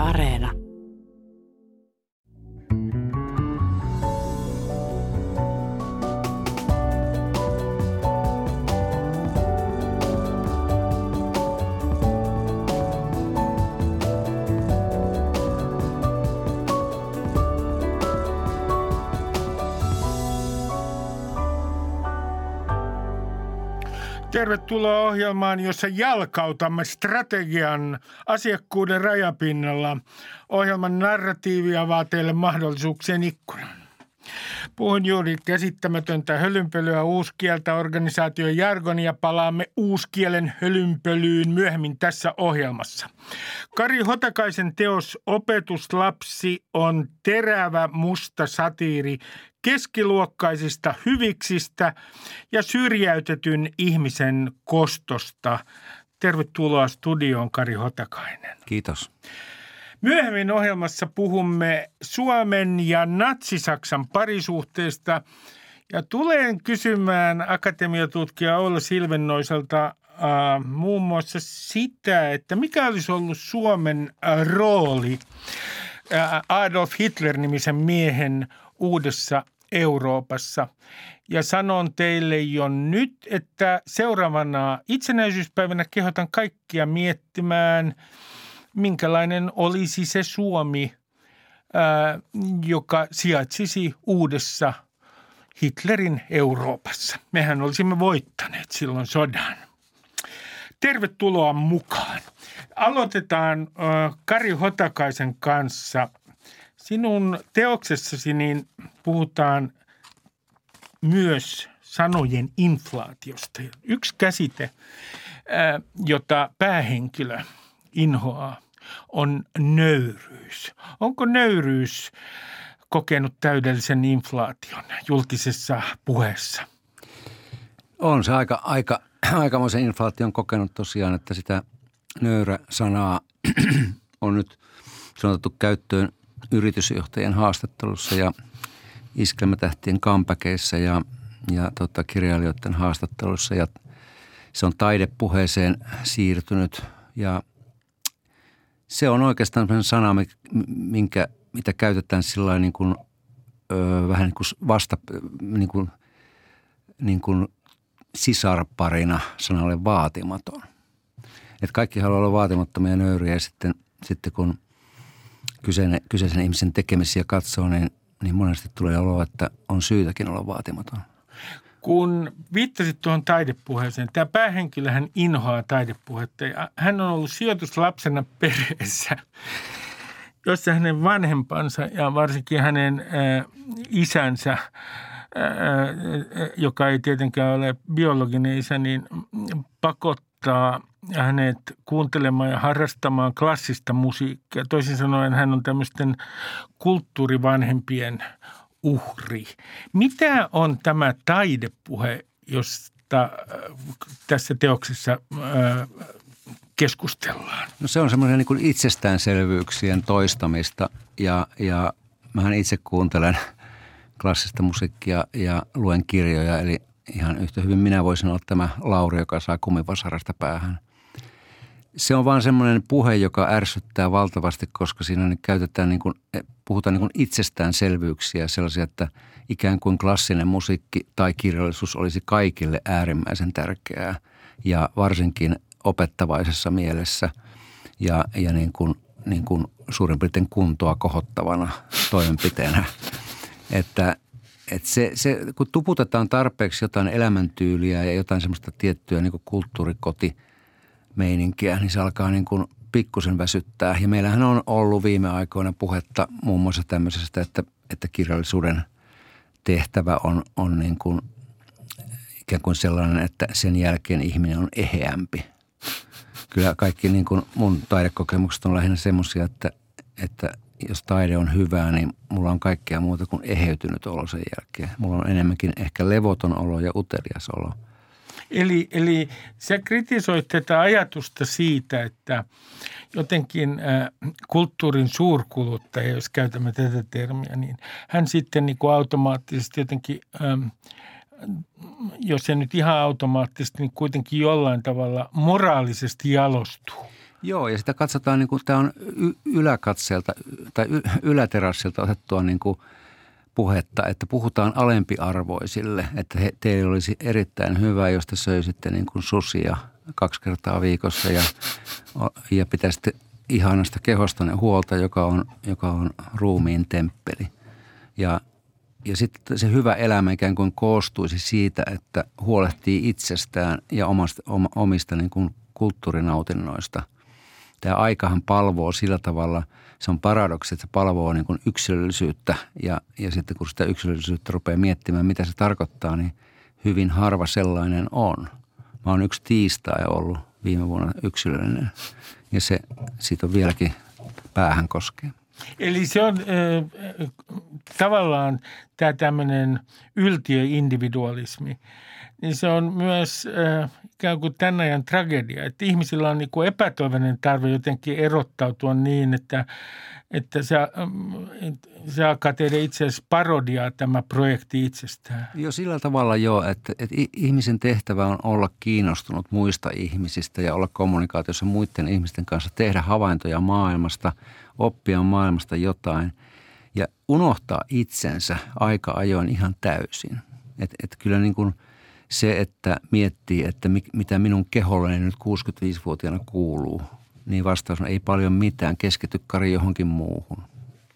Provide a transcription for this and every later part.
Areena. Tervetuloa ohjelmaan, jossa jalkautamme strategian asiakkuuden rajapinnalla. Ohjelman narratiivi avaa teille mahdollisuuksien ikkunan. Puhun juuri käsittämätöntä hölynpölyä uuskieltä organisaation jargonia, palaamme uuskielen hölynpölyyn myöhemmin tässä ohjelmassa. Kari Hotakaisen teos Opetuslapsi on terävä musta satiiri keskiluokkaisista hyviksistä ja syrjäytetyn ihmisen kostosta. Tervetuloa studioon, Kari Hotakainen. Kiitos. Myöhemmin ohjelmassa puhumme Suomen ja Natsi-Saksan parisuhteesta ja tulen kysymään akatemiatutkija Oula Silvennoiselta muun muassa sitä, että mikä olisi ollut Suomen rooli Adolf Hitler-nimisen miehen uudessa Euroopassa. Ja sanon teille jo nyt, että seuraavana itsenäisyyspäivänä kehotan kaikkia miettimään, minkälainen olisi se Suomi, joka sijaitsisi uudessa Hitlerin Euroopassa. Mehän olisimme voittaneet silloin sodan. Tervetuloa mukaan. Aloitetaan Kari Hotakaisen kanssa. Sinun teoksessasi niin puhutaan myös sanojen inflaatiosta. Yksi käsite, jota päähenkilö inhoaa, on nöyryys. Onko nöyryys kokenut täydellisen inflaation julkisessa puheessa? On se aikamoisen inflaation kokenut tosiaan, että sitä nöyrä-sanaa on nyt otettu käyttöön yritysjohtajien haastattelussa ja iskelmätähtien comebackeissa ja kirjailijoiden haastattelussa. Ja se on taidepuheeseen siirtynyt ja se on oikeastaan sellainen sana, mitä käytetään sillain niin kuin, vähän niin kuin vasta niin kuin sisarparina sanalle vaatimaton. Että kaikki haluaa olla vaatimattomia ja nöyriä ja sitten kun kyseisen ihmisen tekemisiä katsoo, niin monesti tulee olo, että on syytäkin olla vaatimaton. Kun viittasit tuohon taidepuheeseen, tämä päähenkilöhän inhoaa taidepuhetta ja hän on ollut sijoituslapsena perheessä, jossa hänen vanhempansa ja varsinkin hänen isänsä, joka ei tietenkään ole biologinen isä, niin pakottaa hänet kuuntelemaan ja harrastamaan klassista musiikkia. Toisin sanoen hän on tämmöisten kulttuurivanhempien uhri. Mitä on tämä taidepuhe, josta tässä teoksessa keskustellaan? No se on semmoinen niin kuin itsestäänselvyyksien toistamista ja mähän itse kuuntelen klassista musiikkia ja luen kirjoja, eli ihan yhtä hyvin minä voisin olla tämä Lauri, joka saa kumivasarasta päähän. Se on vaan semmoinen puhe, joka ärsyttää valtavasti, koska siinä käytetään puhutaan niin kuin itsestäänselvyyksiä sellaisia, että ikään kuin klassinen musiikki tai kirjallisuus olisi kaikille äärimmäisen tärkeää ja varsinkin opettavaisessa mielessä ja niin kuin suurin piirtein kuntoa kohottavana toimenpiteenä. Että kun tuputetaan tarpeeksi jotain elämäntyyliä ja jotain semmoista tiettyä niin kuin kulttuurikotimeininkiä, niin se alkaa niin kuin pikkusen väsyttää. Ja meillähän on ollut viime aikoina puhetta muun muassa tämmöisestä, että kirjallisuuden tehtävä on niin kuin ikään kuin sellainen, että sen jälkeen ihminen on eheämpi. Kyllä kaikki niin kuin mun taidekokemukset on lähinnä semmoisia, että jos taide on hyvää, niin mulla on kaikkea muuta kuin eheytynyt olo sen jälkeen. Mulla on enemmänkin ehkä levoton olo ja utelias olo. Eli sä kritisoit tätä ajatusta siitä, että jotenkin kulttuurin suurkuluttaja, jos käytämme tätä termiä, niin hän sitten niin kuin automaattisesti jotenkin, jos ei nyt ihan automaattisesti, niin kuitenkin jollain tavalla moraalisesti jalostuu. Joo, ja sitä katsotaan, niin kuin, tämä on yläkatseelta tai yläterassilta otettua niin kuin puhetta, että puhutaan alempiarvoisille, että teillä olisi erittäin hyvä, jos te söisitte niin kuin susia 2 kertaa viikossa ja pitäisitte ihanasta kehostanne huolta, joka on ruumiin temppeli. Ja sitten se hyvä elämä ikään kuin koostuisi siitä, että huolehtii itsestään ja omista niin kuin kulttuurinautinnoista. Tämä aikahan palvoo sillä tavalla, se on paradoksi, että se palvoo niin kuin yksilöllisyyttä ja sitten kun sitä yksilöllisyyttä rupeaa miettimään, mitä se tarkoittaa, niin hyvin harva sellainen on. Mä oon yksi tiistai ollut viime vuonna yksilöllinen ja siitä on vieläkin päähän koskee. Eli se on tavallaan tämä tämmöinen yltiöindividualismi, niin se on myös ikään kuin tämän ajan tragedia, että ihmisillä on niin kuin epätoivoinen tarve jotenkin erottautua niin, että se alkaa tehdä itse asiassa parodiaa tämä projekti itsestään. Joo, sillä tavalla joo, että ihmisen tehtävä on olla kiinnostunut muista ihmisistä ja olla kommunikaatiossa muiden ihmisten kanssa, tehdä havaintoja maailmasta, oppia maailmasta jotain ja unohtaa itsensä aika ajoin ihan täysin. Että kyllä niin kuin se, että miettii, että mitä minun keholleni nyt 65-vuotiaana kuuluu, niin vastaus on ei paljon mitään, keskity Kari johonkin muuhun.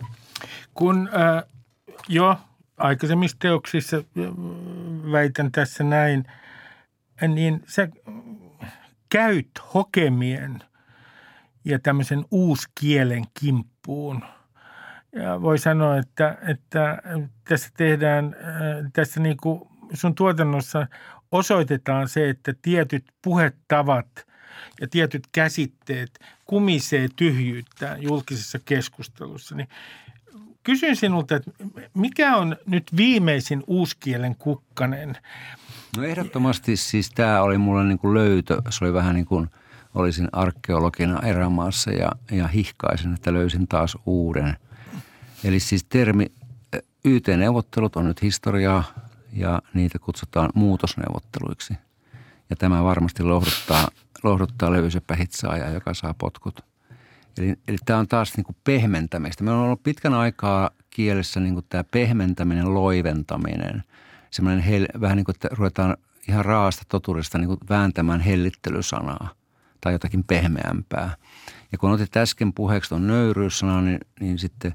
Kun jo aikaisemmissa teoksissa väitän tässä näin, niin sä käyt hokemien ja tämmöisen uuskielen kimppuun. Ja voi sanoa, että tässä tehdään, tässä niin kuin sun tuotannossa osoitetaan se, että tietyt puhetavat ja tietyt käsitteet kumisee tyhjyyttään julkisessa keskustelussa. Niin kysyn sinulta, että mikä on nyt viimeisin uuskielen kukkanen? No ehdottomasti siis tämä oli mulle niin kuin löytö. Se oli vähän niin kuin olisin arkeologina erämaassa ja hihkaisin, että löysin taas uuden. Eli siis termi YT-neuvottelut on nyt historiaa ja niitä kutsutaan muutosneuvotteluiksi. Ja tämä varmasti lohduttaa levyseppähitsaajaa, joka saa potkut. Eli tämä on taas niin kuin pehmentämistä. Meillä on ollut pitkän aikaa kielessä niin kuin tämä pehmentäminen, loiventaminen. Semmoinen vähän niin kuin, että ruvetaan ihan raasta totuudesta niin kuin vääntämään hellittelysanaa tai jotakin pehmeämpää. Ja kun otit äsken puheeksi tuon nöyryyssana, niin sitten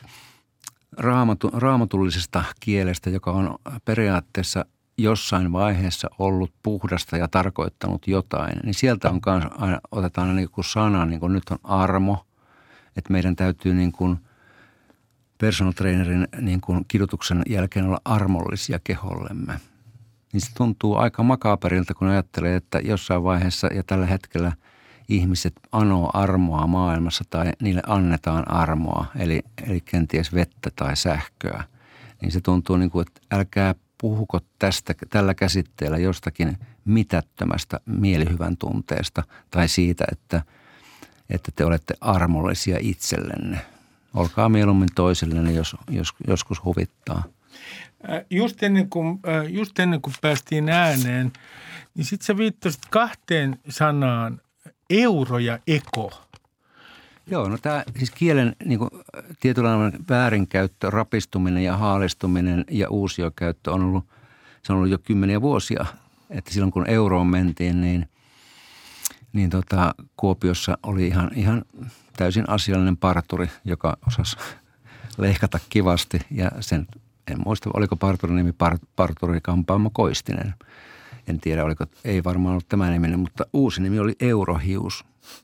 raamatullisesta kielestä, joka on periaatteessa jossain vaiheessa ollut puhdasta ja tarkoittanut jotain, niin sieltä on kanssa aina otetaan niin kuin sana, niin kuin nyt on armo, että meidän täytyy niin kuin personal trainerin niin kuin kidutuksen jälkeen olla armollisia kehollemme. Niin se tuntuu aika makaberilta, kun ajattelee, että jossain vaiheessa ja tällä hetkellä ihmiset anoo armoa maailmassa tai niille annetaan armoa, eli kenties vettä tai sähköä. Niin se tuntuu niin kuin, että älkää puhuko tällä käsitteellä jostakin mitättömästä mielihyvän tunteesta tai siitä, että te olette armollisia itsellenne. Olkaa mieluummin toisellenne, jos joskus huvittaa. Just ennen kuin päästiin ääneen, niin sitten sä viittasit 2 sanaan, euro ja eko. Joo, no tämä siis kielen niin kuin tietynlainen väärinkäyttö, rapistuminen ja haalistuminen ja uusiokäyttö on ollut jo 10 vuosia. Että silloin kun euroon mentiin, niin Kuopiossa oli ihan täysin asiallinen parturi, joka osasi leikata kivasti. Ja sen, en muista, oliko parturin nimi parturi Kampaamo Koistinen. En tiedä, ei varmaan ollut tämä niminen, mutta uusi nimi oli Eurohius.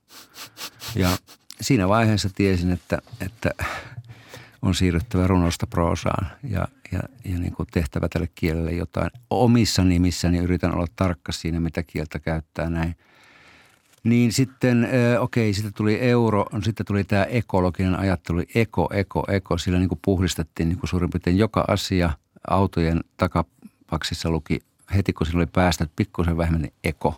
Ja siinä vaiheessa tiesin, että on siirryttävä runosta proosaan ja niin kuin tehtävä tälle kielelle jotain. Omissa nimissäni yritän olla tarkka siinä, mitä kieltä käyttää näin. Niin sitten, sitten tuli euro, sitten tuli tämä ekologinen ajattelu, eko. Sillä niin kuin puhdistettiin niin kuin suurin piirtein joka asia. Autojen takapaksissa luki heti, kun siinä oli päästä, että pikkusen vähemmän niin eko.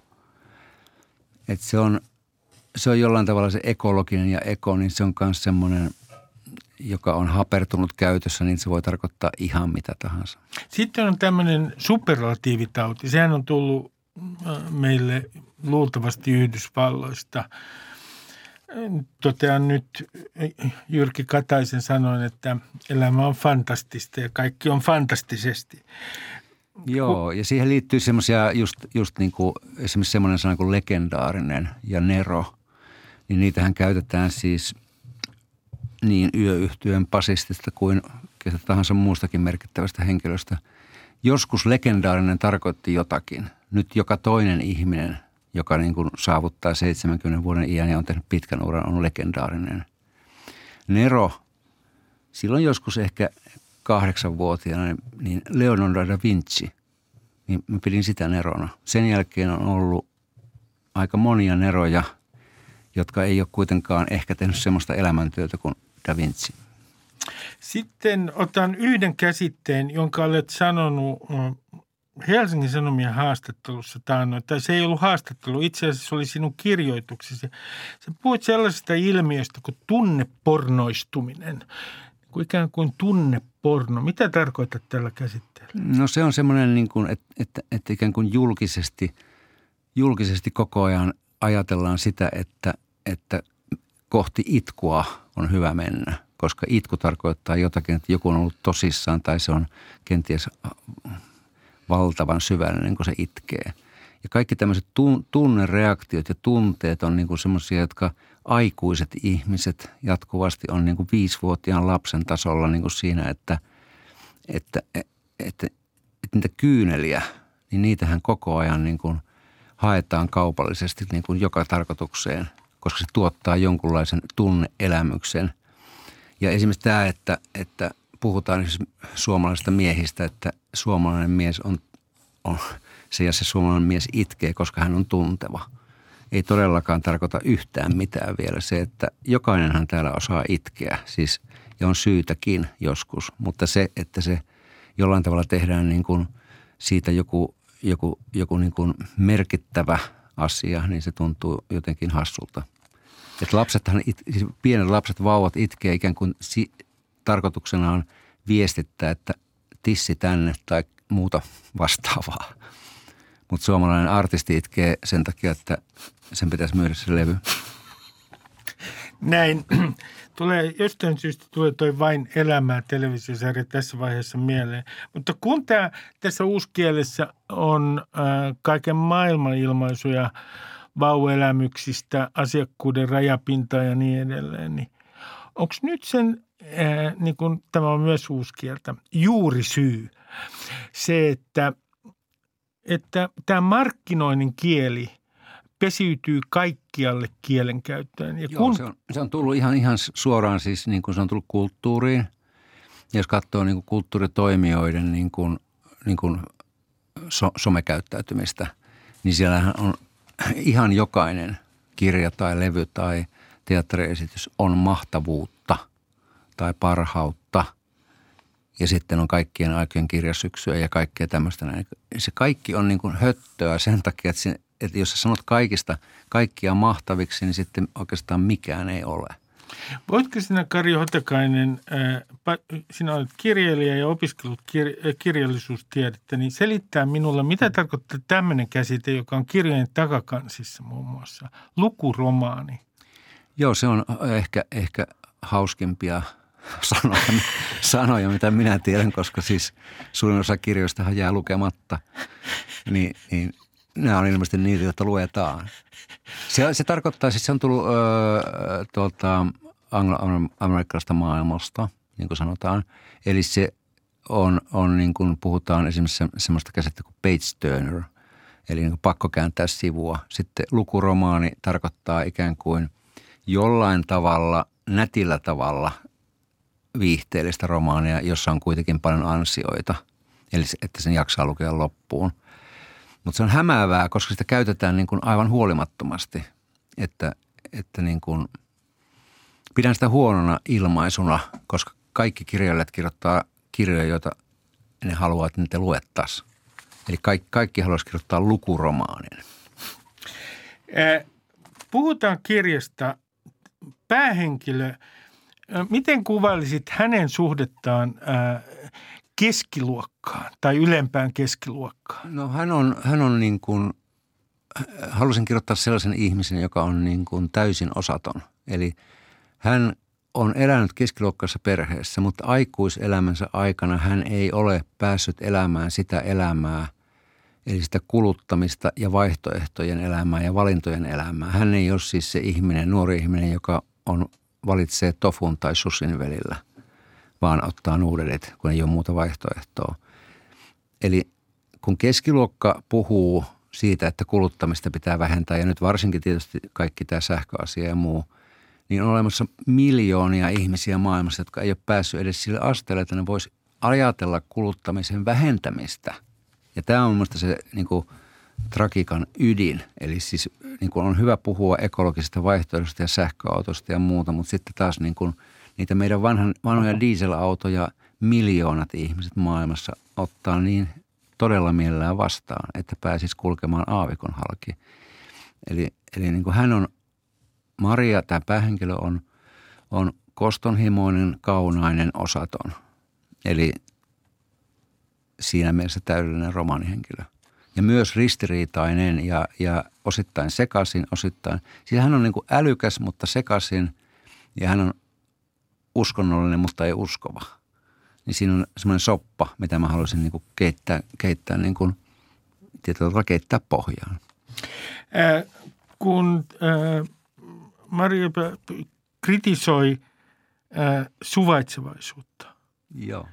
Että se on jollain tavalla se ekologinen ja eko, niin se on myös semmoinen, joka on hapertunut käytössä, niin se voi tarkoittaa ihan mitä tahansa. Sitten on tämmöinen superlatiivitauti. Sehän on tullut meille luultavasti Yhdysvalloista. Totean nyt Jyrki Kataisen sanoin, että elämä on fantastista ja kaikki on fantastisesti. Joo, ja siihen liittyy semmoisia just niin kuin esimerkiksi semmoinen sana kuin legendaarinen ja nero. Niin niitähän käytetään siis niin Yö-yhtyeen basistista kuin ketä tahansa muustakin merkittävästä henkilöstä. Joskus legendaarinen tarkoitti jotakin. Nyt joka toinen ihminen, joka niin kuin saavuttaa 70 vuoden iän ja on tehnyt pitkän uran, on legendaarinen. Nero, silloin joskus ehkä 8-vuotiaana, niin Leonardo da Vinci, niin mä pidin sitä nerona. Sen jälkeen on ollut aika monia neroja, jotka ei ole kuitenkaan ehkä tehnyt semmoista elämäntyötä kuin Da Vinci. Sitten otan yhden käsitteen, jonka olet sanonut Helsingin Sanomien haastattelussa taannoin. Tai se ei ollut haastattelu, itse asiassa se oli sinun kirjoituksesi. Sä puhuit sellaisesta ilmiöstä kuin tunnepornoistuminen, kuin ikään kuin tunneporno. Mitä tarkoitat tällä käsitteellä? No se on semmoinen, niin kuin, että ikään kuin julkisesti koko ajan ajatellaan sitä, että kohti itkua on hyvä mennä, koska itku tarkoittaa jotakin, että joku on ollut tosissaan tai se on kenties valtavan syvällinen, kun se itkee. Ja kaikki tämmöiset tunnereaktiot ja tunteet on niin kuin semmoisia, jotka aikuiset ihmiset jatkuvasti on niin kuin 5-vuotiaan lapsen tasolla niin kuin siinä, että niitä kyyneliä, niin niitähän koko ajan niin kuin haetaan kaupallisesti niin kuin joka tarkoitukseen, koska se tuottaa jonkunlaisen tunneelämyksen. Ja esimerkiksi tämä, että puhutaan suomalaisista miehistä, että suomalainen mies on se suomalainen mies itkee, koska hän on tunteva. Ei todellakaan tarkoita yhtään mitään vielä se, että jokainenhan täällä osaa itkeä, siis ja on syytäkin joskus, mutta se, että se jollain tavalla tehdään niin kuin siitä joku niin kuin merkittävä asia, niin se tuntuu jotenkin hassulta. Että pienet lapset, vauvat itkee ikään kuin tarkoituksena on viestittää, että tissi tänne tai muuta vastaavaa. Mutta suomalainen artisti itkee sen takia, että sen pitäisi myydä se levy. Näin. Jostain syystä tulee toi Vain elämää -televisiosarja tässä vaiheessa mieleen. Mutta kun tässä uuskielessä on kaiken maailman ilmaisuja vauvaelämyksistä, asiakkuuden rajapintaa ja niin edelleen, niin onko nyt sen, niin kuin tämä on myös uuskieltä, juurisyy se, että tämä markkinoinnin kieli pesiytyy kaikkialle kielenkäyttöön. Ja Joo, se on tullut ihan suoraan siis niin kuin se on tullut kulttuuriin. Ja jos katsoo niin kuin kulttuuritoimijoiden niin kuin somekäyttäytymistä, niin siellähän on ihan jokainen kirja tai levy tai teatteriesitys on mahtavuutta tai parhautta. Ja sitten on kaikkien aikojen kirjasyksyä ja kaikkea tämmöistä näin. Se kaikki on niin kuin höttöä sen takia, että jos sä sanot kaikkia mahtaviksi, niin sitten oikeastaan mikään ei ole. Voitko sinä, Kari Hotakainen, sinä olet kirjailija ja opiskellut kirjallisuustiedettä, niin selittää minulle, mitä tarkoittaa tämmöinen käsite, joka on kirjojen takakansissa muun muassa, lukuromaani? Joo, se on ehkä hauskimpia sanoja, mitä minä tiedän, koska siis suurin osa kirjoistahan jää lukematta, niin nämä on ilmeisesti niitä, joita luetaan. Se tarkoittaa, siis se on tullut anglo-amerikkalaisesta maailmasta, niin kuin sanotaan. Eli se on niin kuin puhutaan esimerkiksi semmoista käsitettä kuin page turner, eli niin kuin pakko kääntää sivua. Sitten lukuromaani tarkoittaa ikään kuin jollain tavalla, nätillä tavalla viihteellistä romaania, jossa on kuitenkin paljon ansioita, eli että sen jaksaa lukea loppuun. Mutta se on hämäävää, koska sitä käytetään niin kuin aivan huolimattomasti, että niin kuin pidän sitä huonona ilmaisuna, koska kaikki kirjailijat kirjoittaa kirjoja, joita ne haluaa, että niitä luettaisiin. Eli kaikki haluaisi kirjoittaa lukuromaanin. Puhutaan kirjasta. Päähenkilö, miten kuvailisit hänen suhdettaan keskiluokkaan tai ylempään keskiluokkaan? No hän on niin kuin, halusin kirjoittaa sellaisen ihmisen, joka on niin kuin täysin osaton. Eli hän on elänyt keskiluokkaisessa perheessä, mutta aikuiselämänsä aikana hän ei ole päässyt elämään sitä elämää, eli sitä kuluttamista ja vaihtoehtojen elämää ja valintojen elämää. Hän ei ole siis se ihminen, nuori ihminen, joka valitsee tofun tai sushin välillä, vaan ottaa nuudelit, kun ei ole muuta vaihtoehtoa. Eli kun keskiluokka puhuu siitä, että kuluttamista pitää vähentää, ja nyt varsinkin tietysti kaikki tämä sähköasia ja muu, niin on olemassa miljoonia ihmisiä maailmassa, jotka ei ole päässyt edes sille asteelle, että ne vois ajatella kuluttamisen vähentämistä. Ja tämä on mielestäni se niin kuin tragiikan ydin. Eli siis niin kuin on hyvä puhua ekologisesta vaihtoehdosta ja sähköautosta ja muuta, mutta sitten taas niin kuin niitä meidän vanhoja dieselautoja miljoonat ihmiset maailmassa ottaa niin todella mielellään vastaan, että pääsisi kulkemaan aavikon halki. Eli niin kuin hän on, Maria, tämä päähenkilö on kostonhimoinen, kaunainen, osaton. Eli siinä mielessä täydellinen romaanihenkilö. Ja myös ristiriitainen ja osittain sekaisin, osittain. Siis hän on niin kuin älykäs, mutta sekaisin, ja hän on uskonnollinen, mutta ei uskova. Niin siinä on semmoinen soppa, mitä mä haluaisin niin kuin keittää niin kuin, tietyllä tavalla keittää pohjaan. Kun Maria kritisoi suvaitsevaisuutta, joo,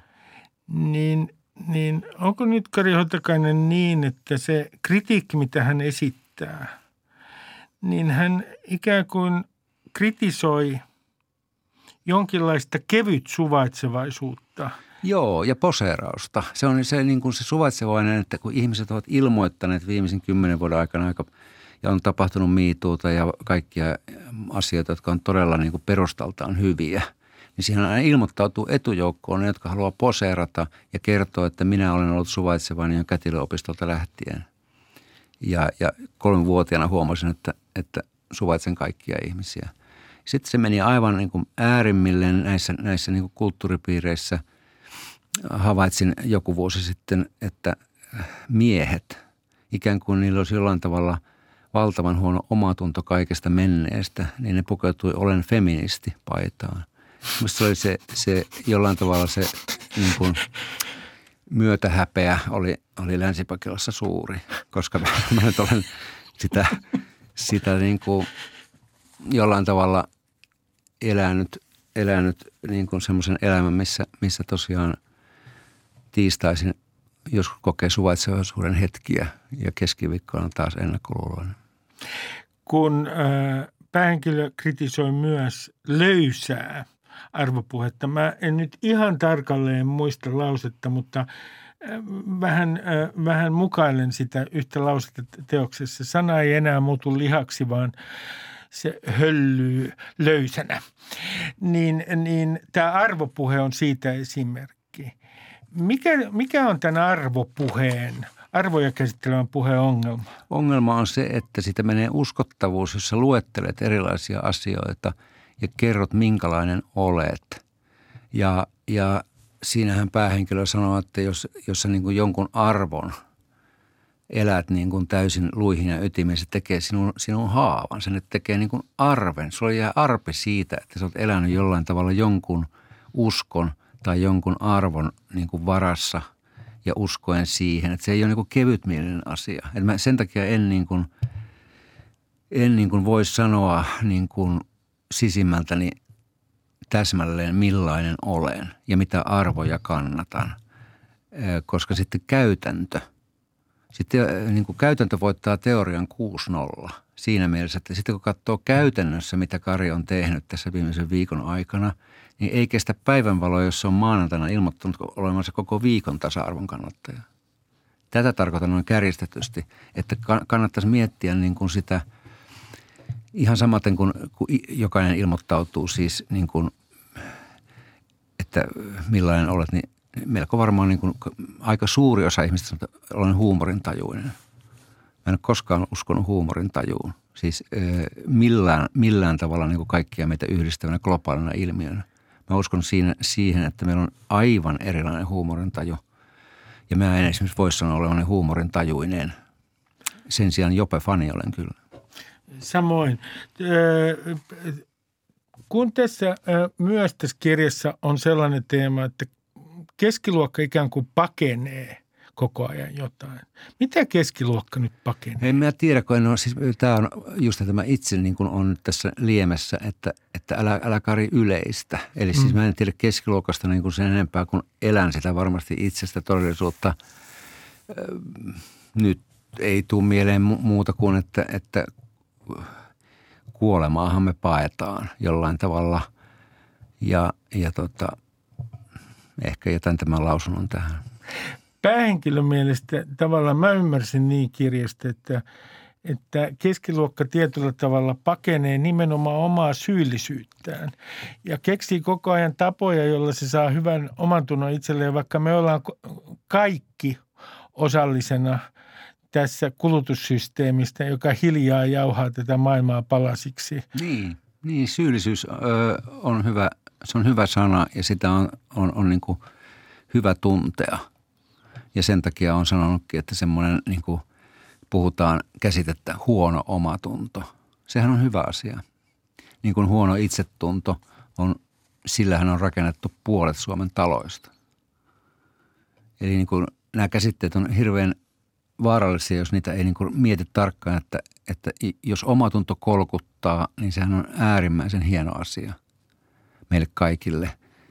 niin onko nyt Kari Hotakainen niin, että se kritiikki, mitä hän esittää, niin hän ikään kuin kritisoi jonkinlaista kevyt suvaitsevaisuutta? Joo, ja poseerausta. Se on se, niin kuin se suvaitsevainen, että kun ihmiset ovat ilmoittaneet viimeisen 10 vuoden aikana ja on tapahtunut miituuta ja kaikkia asioita, jotka on todella niin kuin perustaltaan hyviä, niin siihen aina ilmoittautuu etujoukkoon ne, jotka haluaa poseerata ja kertoa, että minä olen ollut suvaitsevainen jo kätilöopistolta lähtien. Ja 3-vuotiaana huomasin, että suvaitsen kaikkia ihmisiä. Sitten se meni aivan niin kuin äärimmilleen näissä niin kuin kulttuuripiireissä. Havaitsin joku vuosi sitten, että miehet, ikään kuin niillä olisi jollain tavalla valtavan huono omatunto kaikesta menneestä, niin ne pukeutui olen feministi paitaan. Minusta se oli se jollain tavalla se niin kuin myötähäpeä oli Länsi-Pakilassa suuri, koska mä nyt olen sitä niin kuin jollain tavalla elänyt niin kuin semmoisen elämän, missä tosiaan tiistaisin joskus kokee suvaitsevaisuuden hetkiä ja keskiviikkona taas ennakkoluuloinen. Kun päähenkilö kritisoi myös löysää arvopuhetta. Mä en nyt ihan tarkalleen muista lausetta, mutta vähän mukailen sitä yhtä lausetta teoksessa. Sana ei enää muutu lihaksi, vaan se höllyy löysänä. Niin tämä arvopuhe on siitä esimerkki. Mikä on tämän arvoja käsittelevän puheen ongelma? Ongelma on se, että siitä menee uskottavuus, jos sä luettelet erilaisia asioita ja kerrot, minkälainen olet. Ja siinähän päähenkilö sanoo, että jos sä niin kuin jonkun arvon elät niin kuin täysin luihin ja ytimeen, se tekee sinun haavan. Se tekee niin kuin arven. Sulla jää arpe siitä, että sä oot elänyt jollain tavalla jonkun uskon tai jonkun arvon niin kuin varassa ja uskoen siihen. Että se ei ole niin kuin kevytmielinen asia. Että mä sen takia en niin kuin voi sanoa niin kuin sisimmältäni täsmälleen millainen olen ja mitä arvoja kannatan, koska sitten niin kuin käytäntö voittaa teorian 6-0 siinä mielessä, että sitten kun katsoo käytännössä, mitä Kari on tehnyt tässä viimeisen viikon aikana, niin ei kestä päivänvaloa, jos se on maanantaina ilmoittanut olevansa koko viikon tasa-arvon kannattaja. Tätä tarkoitan noin kärjistetysti, että kannattaisi miettiä niin kuin sitä ihan samaten kun jokainen ilmoittautuu siis niin kuin, että millainen olet, niin melko varmaan niin kuin aika suuri osa ihmistä sanoo, että olen huumorintajuinen. Mä en ole koskaan uskonut huumorintajuun. Siis millään tavalla niin kuin kaikkia meitä yhdistävänä globaalina ilmiönä. Mä uskon siihen, että meillä on aivan erilainen huumorintaju. Ja mä en esimerkiksi voi sanoa olevani huumorintajuinen. Sen sijaan Jope-fani olen kyllä. Samoin. kun myös tässä kirjassa on sellainen teema, että keskiluokka ikään kuin pakenee koko ajan jotain. Mitä keskiluokka nyt pakenee? En mä tiedä, kun siis, tämä on just tämä itse niin kuin on tässä liemessä, että älä kari yleistä. Eli siis mä en tiedä keskiluokasta niin kuin sen enempää, kun elän sitä varmasti itsestä todellisuutta. Nyt ei tule mieleen muuta kuin, että kuolemaahan me paetaan jollain tavalla ja ehkä jätän tämän lausunnon tähän. Päähenkilön mielestä tavallaan mä ymmärsin niin kirjasta, että keskiluokka tietyllä tavalla pakenee nimenomaan omaa syyllisyyttään ja keksii koko ajan tapoja, joilla se saa hyvän omantunnon itselleen, vaikka me ollaan kaikki osallisena tässä kulutussysteemistä, joka hiljaa jauhaa tätä maailmaa palasiksi. Niin syyllisyys on hyvä, se on hyvä sana ja sitä on niin kuin hyvä tuntea. Ja sen takia on sanonutkin, että semmoinen niin kuin puhutaan käsitettä huono omatunto. Sehän on hyvä asia. Niin kuin huono itsetunto sillähän on rakennettu puolet Suomen taloista. Eli niin kuin nämä käsitteet on hirveän vaarallisia, jos niitä ei niin kuin mieti tarkkaan, että jos omatunto kolkuttaa, niin sehän on äärimmäisen hieno asia meille kaikille.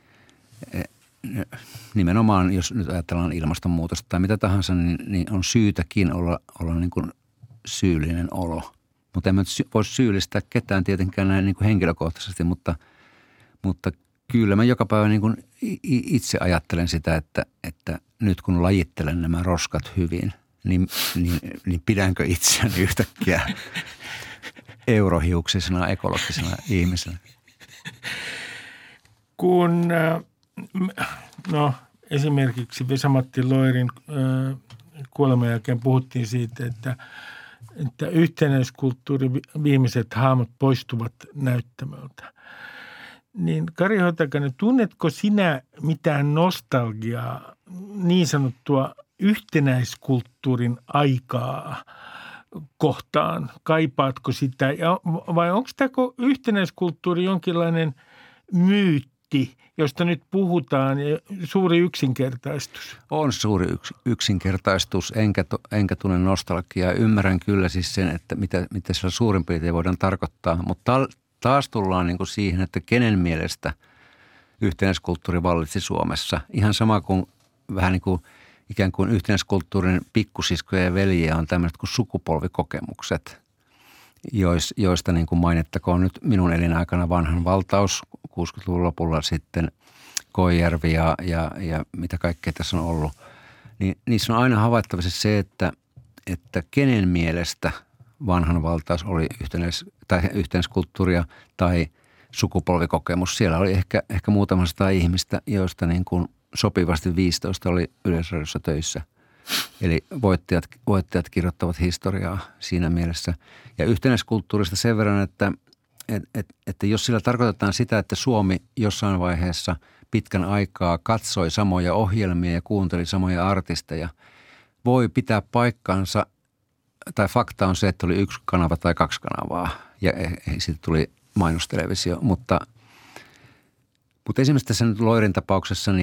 Nimenomaan, jos nyt ajatellaan ilmastonmuutosta tai mitä tahansa, niin on syytäkin olla niin kuin syyllinen olo. Mutta en mä voi syyllistää ketään tietenkään näin niin kuin henkilökohtaisesti, mutta kyllä mä joka päivä niin kuin itse ajattelen sitä, että nyt kun lajittelen nämä roskat hyvin, niin pidänkö itseäni yhtäkkiä eurohiuksisena, ekologisena ihmisenä? Kun esimerkiksi Vesa-Matti Loirin kuoleman jälkeen puhuttiin siitä, että yhtenäiskulttuurin viimeiset hahmot poistuvat näyttämöltä. Niin Kari Hotakainen, tunnetko sinä mitään nostalgiaa, niin sanottua yhtenäiskulttuurin aikaa kohtaan? Kaipaatko sitä? Vai onko tämä yhtenäiskulttuuri jonkinlainen myytti, josta nyt puhutaan, ja suuri yksinkertaistus? On suuri yksinkertaistus, enkä tunne nostalgiaa. Ymmärrän kyllä siis sen, että mitä sillä suurin piirtein voidaan tarkoittaa, mutta taas tullaan niin kuin siihen, että kenen mielestä yhtenäiskulttuuri vallitsi Suomessa. Ihan sama kuin vähän niin kuin ikään kuin yhtenäiskulttuurin pikkusiskoja ja veljiä on tämmöiset kuin sukupolvikokemukset, joista niin kuin mainittakoon nyt minun elinaikana vanhan valtaus 60-luvun lopulla sitten Koijärvi ja mitä kaikkea tässä on ollut. Niin niissä on aina havaittavissa se, että kenen mielestä vanhan valtaus oli yhtenäiskulttuuria tai sukupolvikokemus. Siellä oli ehkä muutama sata ihmistä, joista niin kuin sopivasti 15 oli Yleisradiossa töissä. Eli voittajat kirjoittavat historiaa siinä mielessä. Ja yhtenäiskulttuurista sen verran, että jos sillä tarkoitetaan sitä, että Suomi jossain vaiheessa pitkän aikaa katsoi samoja ohjelmia ja kuunteli samoja artisteja, voi pitää paikkansa, tai fakta on se, että oli 1 kanava tai 2 kanavaa ja sitten tuli mainostelevisio. Mutta esimerkiksi tässä nyt Loirin tapauksessa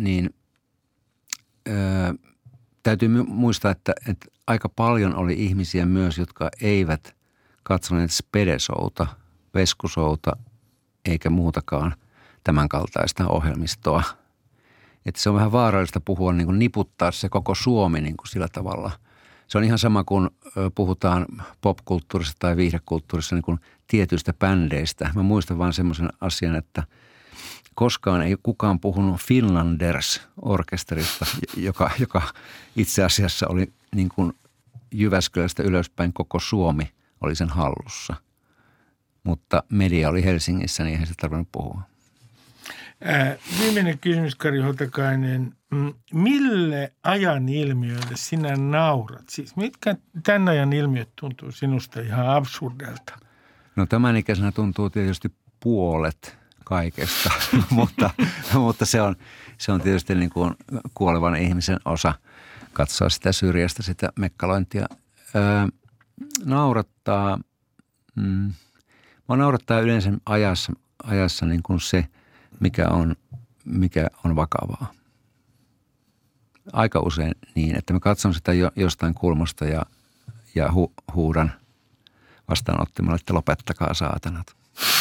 täytyy muistaa, että aika paljon oli ihmisiä myös, jotka eivät katsoneet Spede-showta, Vesku-showta eikä muutakaan tämän kaltaista ohjelmistoa. Että se on vähän vaarallista puhua, niin kuin niputtaa se koko Suomi niin kuin sillä tavalla. Se on ihan sama kuin puhutaan popkulttuurissa tai viihdekulttuurissa niin kuin tietyistä bändeistä. Mä muistan vaan semmoisen asian, että koskaan ei kukaan puhunut Finlanders-orkesterista, joka itse asiassa oli niin kuin Jyväskylästä ylöspäin koko Suomi oli sen hallussa. Mutta media oli Helsingissä, niin eihän se tarvinnut puhua. Viimeinen kysymys, Kari Hotakainen. Mille ajan ilmiöille sinä naurat? Siis mitkä tämän ajan ilmiöt tuntuu sinusta ihan absurdelta? No tämän ikäisenä tuntuu tietysti puolet kaikesta, mutta se on tietysti niin kuin kuolevan ihmisen osa katsoa sitä syrjästä, sitä mekkalointia. Naurattaa yleensä ajassa niin kuin se, mikä on vakavaa. Aika usein niin, että mä katson sitä jostain kulmasta ja huudan vastaanottimalle, että lopettakaa saatanat.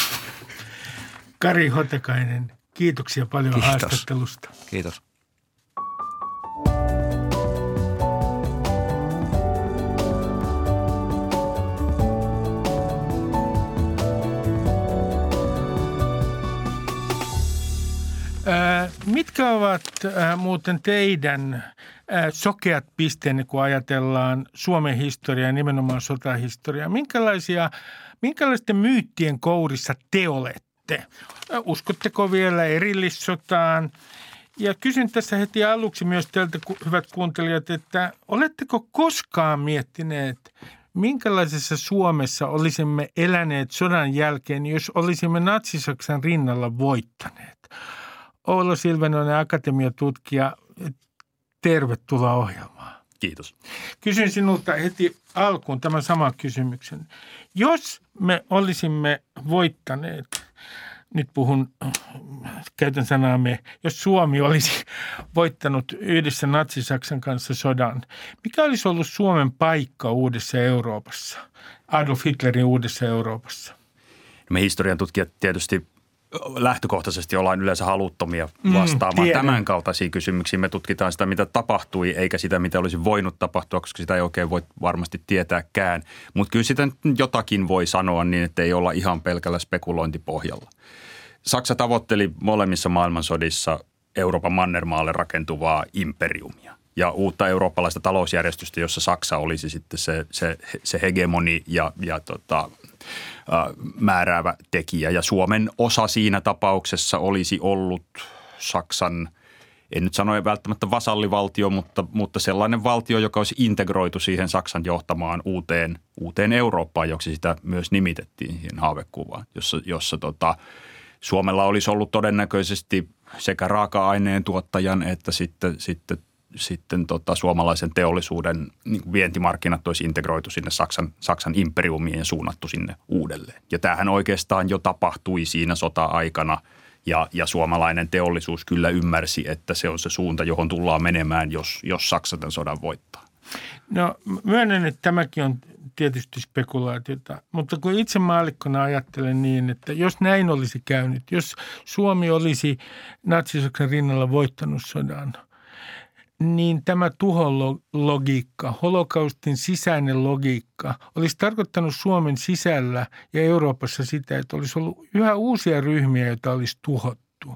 Kari Hotekainen, kiitoksia paljon haastattelusta. Kiitos. Mitkä ovat muuten teidän sokeat pisteenne, kun ajatellaan Suomen historiaa ja nimenomaan sotahistoriaa? Minkälaisten myyttien kourissa te olette? Uskotteko vielä erillissotaan? Ja kysyn tässä heti aluksi myös teiltä, hyvät kuuntelijat, että oletteko koskaan miettineet, minkälaisessa Suomessa olisimme eläneet sodan jälkeen, jos olisimme Natsi-Saksan rinnalla voittaneet? Oula Silvenoinen, akatemiatutkija, tervetuloa ohjelmaan. Kiitos. Kysyn sinulta heti alkuun tämän saman kysymyksen. Jos me olisimme voittaneet, nyt käytän sanaa me, jos Suomi olisi voittanut yhdessä Natsi-Saksan kanssa sodan, mikä olisi ollut Suomen paikka uudessa Euroopassa, Adolf Hitlerin uudessa Euroopassa? Me historian tutkijat tietysti lähtökohtaisesti ollaan yleensä haluttomia vastaamaan tämän kaltaisiin kysymyksiin. Me tutkitaan sitä, mitä tapahtui, eikä sitä, mitä olisi voinut tapahtua, koska sitä ei oikein voi varmasti tietääkään. Mutta kyllä sitä jotakin voi sanoa niin, että ei olla ihan pelkällä spekulointipohjalla. Saksa tavoitteli molemmissa maailmansodissa Euroopan mannermaalle rakentuvaa imperiumia ja uutta eurooppalaista talousjärjestystä, jossa Saksa olisi sitten se hegemoni ja määräävä tekijä. Ja Suomen osa siinä tapauksessa olisi ollut Saksan, en nyt sano välttämättä vasallivaltio, mutta sellainen valtio, joka olisi integroitu siihen Saksan johtamaan uuteen Eurooppaan, joksi sitä myös nimitettiin siihen haavekuvaan, jossa Suomella olisi ollut todennäköisesti sekä raaka-aineen tuottajan että sitten suomalaisen teollisuuden niin vientimarkkinat olisi integroitu sinne Saksan imperiumiin ja suunnattu sinne uudelleen. Ja tämähän oikeastaan jo tapahtui siinä sota-aikana ja suomalainen teollisuus kyllä ymmärsi, että se on se suunta, johon tullaan menemään, jos Saksa tämän sodan voittaa. No myönnän, että tämäkin on tietysti spekulaatiota, mutta kun itse maallikkona ajattelen niin, että jos näin olisi käynyt, jos Suomi olisi Natsi-Saksan rinnalla voittanut sodan, niin tämä tuhologiikka, holokaustin sisäinen logiikka olisi tarkoittanut Suomen sisällä ja Euroopassa sitä, että olisi ollut yhä uusia ryhmiä, joita olisi tuhottu.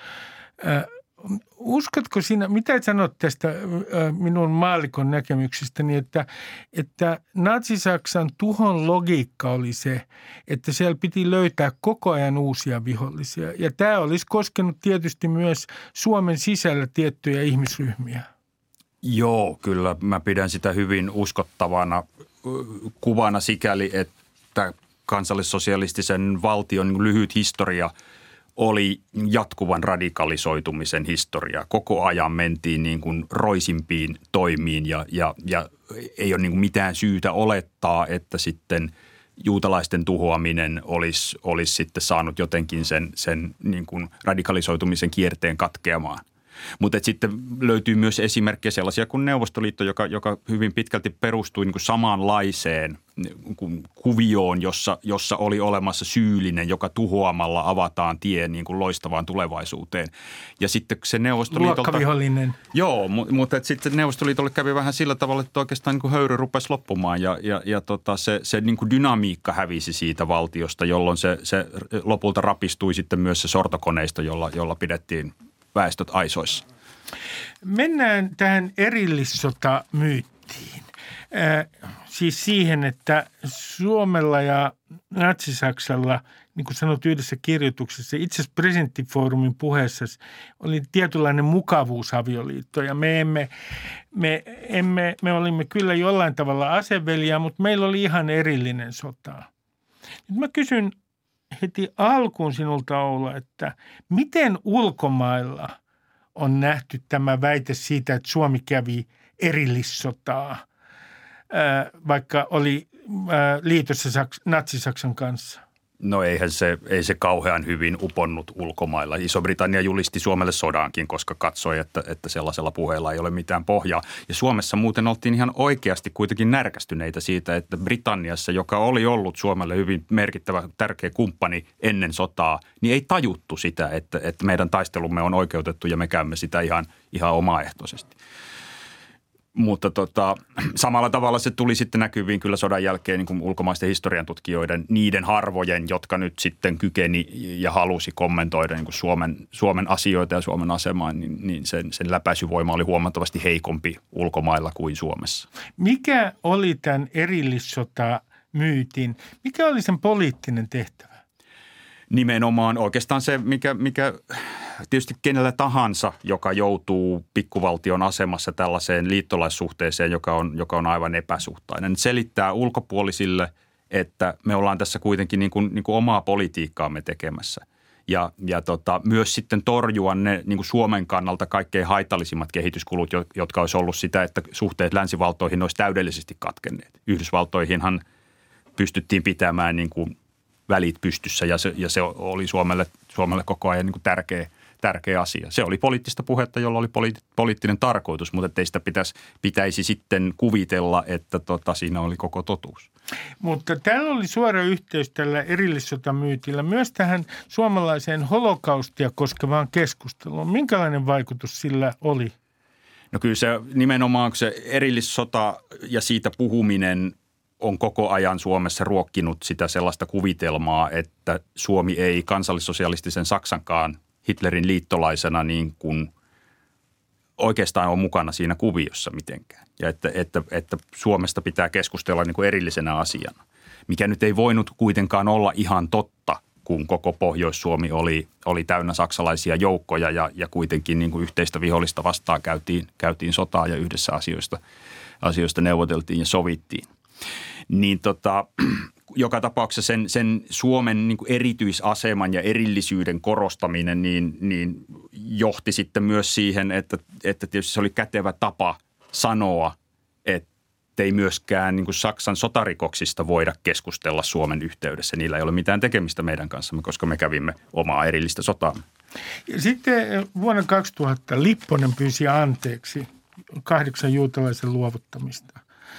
Uskotko sinä, mitä sanot tästä minun maallikon näkemyksestäni, että Natsi-Saksan tuhon logiikka oli se, että siellä piti löytää koko ajan uusia vihollisia. Ja tämä olisi koskenut tietysti myös Suomen sisällä tiettyjä ihmisryhmiä. Joo, kyllä mä pidän sitä hyvin uskottavana kuvana sikäli, että kansallissosialistisen valtion lyhyt historia oli jatkuvan radikalisoitumisen historia. Koko ajan mentiin niin kuin roisimpiin toimiin ja ei ole niin kuin mitään syytä olettaa, että sitten juutalaisten tuhoaminen olisi sitten saanut jotenkin sen niin kuin radikalisoitumisen kierteen katkeamaan. Mutta sitten löytyy myös esimerkkejä sellaisia kuin Neuvostoliitto, joka hyvin pitkälti perustui niin kuin samanlaiseen niin kuin kuvioon, jossa oli olemassa syyllinen, joka tuhoamalla avataan tie niin kuin loistavaan tulevaisuuteen. Ja sitten se Neuvostoliitolta... Luokkavihollinen. Joo, mutta sitten Neuvostoliitolle kävi vähän sillä tavalla, että oikeastaan niin kuin höyry rupesi loppumaan ja se niin kuin dynamiikka hävisi siitä valtiosta, jolloin se lopulta rapistui sitten myös se sortokoneisto, jolla pidettiin väestöt aisoissa. Mennään tähän erillissotamyyttiin. Siis siihen, että Suomella ja Natsi-Saksalla, niin kuin sanot yhdessä kirjoituksessa, itse asiassa presidenttifoorumin puheessa oli tietynlainen mukavuusavioliitto. Ja me olimme kyllä jollain tavalla aseveliä, mutta meillä oli ihan erillinen sota. Nyt mä kysyn heti alkuun sinulta, Oula, että miten ulkomailla on nähty tämä väite siitä, että Suomi kävi erillissotaa, vaikka oli liitossa Natsi-Saksan kanssa? No ei se kauhean hyvin uponnut ulkomailla. Iso-Britannia julisti Suomelle sodankin, koska katsoi, että sellaisella puheella ei ole mitään pohjaa. Ja Suomessa muuten oltiin ihan oikeasti kuitenkin närkästyneitä siitä, että Britanniassa, joka oli ollut Suomelle hyvin merkittävä, tärkeä kumppani ennen sotaa, niin ei tajuttu sitä, että meidän taistelumme on oikeutettu ja me käymme sitä ihan omaehtoisesti. Mutta samalla tavalla se tuli sitten näkyviin kyllä sodan jälkeen niin kuin ulkomaisten historiantutkijoiden, niiden harvojen, jotka nyt sitten kykeni ja halusi kommentoida niin kuin Suomen asioita ja Suomen asemaa, niin sen läpäisyvoima oli huomattavasti heikompi ulkomailla kuin Suomessa. Mikä oli tämän erillissota-myytin, mikä oli sen poliittinen tehtävä? Nimenomaan oikeastaan se, mikä tietysti kenellä tahansa, joka joutuu pikkuvaltion asemassa tällaiseen liittolaissuhteeseen, joka on aivan epäsuhtainen, selittää ulkopuolisille, että me ollaan tässä kuitenkin niin kuin omaa politiikkaamme tekemässä. Ja myös sitten torjua ne niin kuin Suomen kannalta kaikkein haitallisimmat kehityskulut, jotka olisi ollut sitä, että suhteet länsivaltoihin olisi täydellisesti katkenneet. Yhdysvaltoihinhan pystyttiin pitämään niin kuin välit pystyssä ja se oli Suomelle koko ajan niin kuin tärkeä asia. Se oli poliittista puhetta, jolla oli poliittinen tarkoitus, mutta ei sitä pitäisi sitten kuvitella, että siinä oli koko totuus. Mutta täällä oli suora yhteys tällä erillissotamyytillä myös tähän suomalaiseen holokaustia koskevaan keskusteluun. Minkälainen vaikutus sillä oli? No kyllä se nimenomaan se erillissota ja siitä puhuminen on koko ajan Suomessa ruokkinut sitä sellaista kuvitelmaa, että Suomi ei kansallissosialistisen Saksankaan Hitlerin liittolaisena niin kuin oikeastaan ole mukana siinä kuviossa mitenkään. Ja että Suomesta pitää keskustella niin kuin erillisenä asiana, mikä nyt ei voinut kuitenkaan olla ihan totta, kun koko Pohjois-Suomi oli täynnä saksalaisia joukkoja ja kuitenkin niin kuin yhteistä vihollista vastaan käytiin sotaa ja yhdessä asioista neuvoteltiin ja sovittiin. Niin joka tapauksessa sen Suomen niin kuin erityisaseman ja erillisyyden korostaminen niin johti sitten myös siihen, että tietysti se oli kätevä tapa sanoa, ettei myöskään niin kuin Saksan sotarikoksista voida keskustella Suomen yhteydessä. Niillä ei ole mitään tekemistä meidän kanssamme, koska me kävimme omaa erillistä sotaa. Sitten vuonna 2000 Lipponen pyysi anteeksi 8 juutalaisen luovuttamista.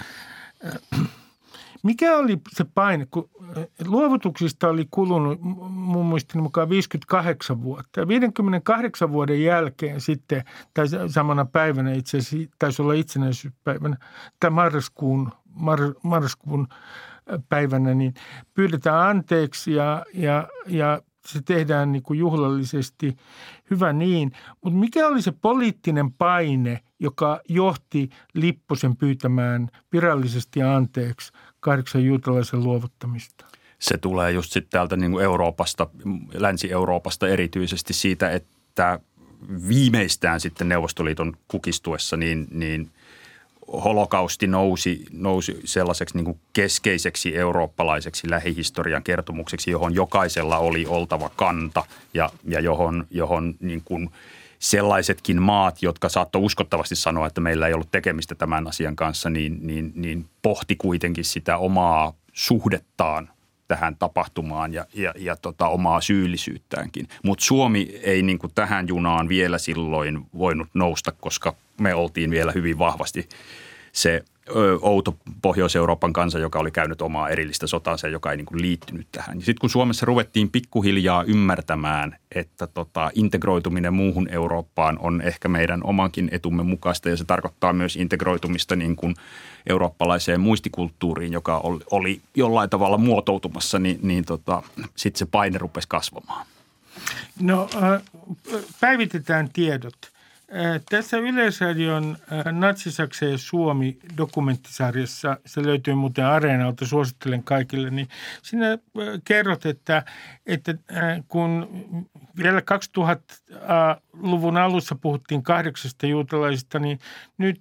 Mikä oli se paine, kun luovutuksista oli kulunut mun muistini mukaan 58 vuotta ja 58 vuoden jälkeen sitten, tai samana päivänä itse asiassa, taisi olla itsenäisyyspäivänä, tai marraskuun päivänä, niin pyydetään anteeksi ja se tehdään niin kuin juhlallisesti, hyvä niin. Mutta mikä oli se poliittinen paine, joka johti Lipposen pyytämään virallisesti anteeksi 8 juutalaisen luovuttamista? Se tulee just sitten täältä niin kuin Euroopasta, Länsi-Euroopasta erityisesti siitä, että viimeistään sitten Neuvostoliiton kukistuessa niin holokausti nousi sellaiseksi niin kuin keskeiseksi eurooppalaiseksi lähihistorian kertomukseksi, johon jokaisella oli oltava kanta ja johon niin kuin sellaisetkin maat, jotka saattoi uskottavasti sanoa, että meillä ei ollut tekemistä tämän asian kanssa, niin pohti kuitenkin sitä omaa suhdettaan tähän tapahtumaan ja omaa syyllisyyttäänkin. Mutta Suomi ei niin kuin tähän junaan vielä silloin voinut nousta, koska me oltiin vielä hyvin vahvasti se outo Pohjois-Euroopan kansa, joka oli käynyt omaa erillistä sotaansa, joka ei niin kuin liittynyt tähän. Sitten kun Suomessa ruvettiin pikkuhiljaa ymmärtämään, että integroituminen muuhun Eurooppaan on ehkä meidän omankin etumme mukaista ja se tarkoittaa myös integroitumista niin kuin eurooppalaiseen muistikulttuuriin, joka oli jollain tavalla muotoutumassa, niin sitten se paine rupesi kasvamaan. No päivitetään tiedot. Tässä Yleisradion Natsi-Saksa ja Suomi -dokumenttisarjassa, se löytyy muuten Areenalta, suosittelen kaikille, niin siinä kerrot, että kun vielä 2000-luvun alussa puhuttiin 8 juutalaisista, niin nyt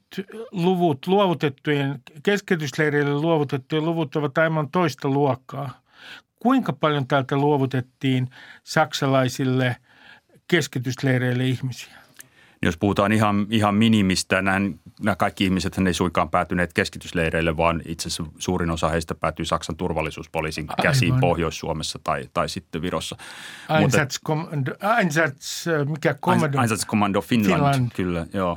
keskeytysleireille luovutettujen luvut ovat aivan toista luokkaa. Kuinka paljon täältä luovutettiin saksalaisille keskeytysleireille ihmisiä? Jos puhutaan ihan minimistä, nämä kaikki ihmiset ei suinkaan päätyneet keskitysleireille, vaan itse asiassa suurin osa heistä päätyi Saksan turvallisuuspoliisin käsiin Pohjois-Suomessa tai sitten Virossa. Einsatzkommando Finland, kyllä, joo.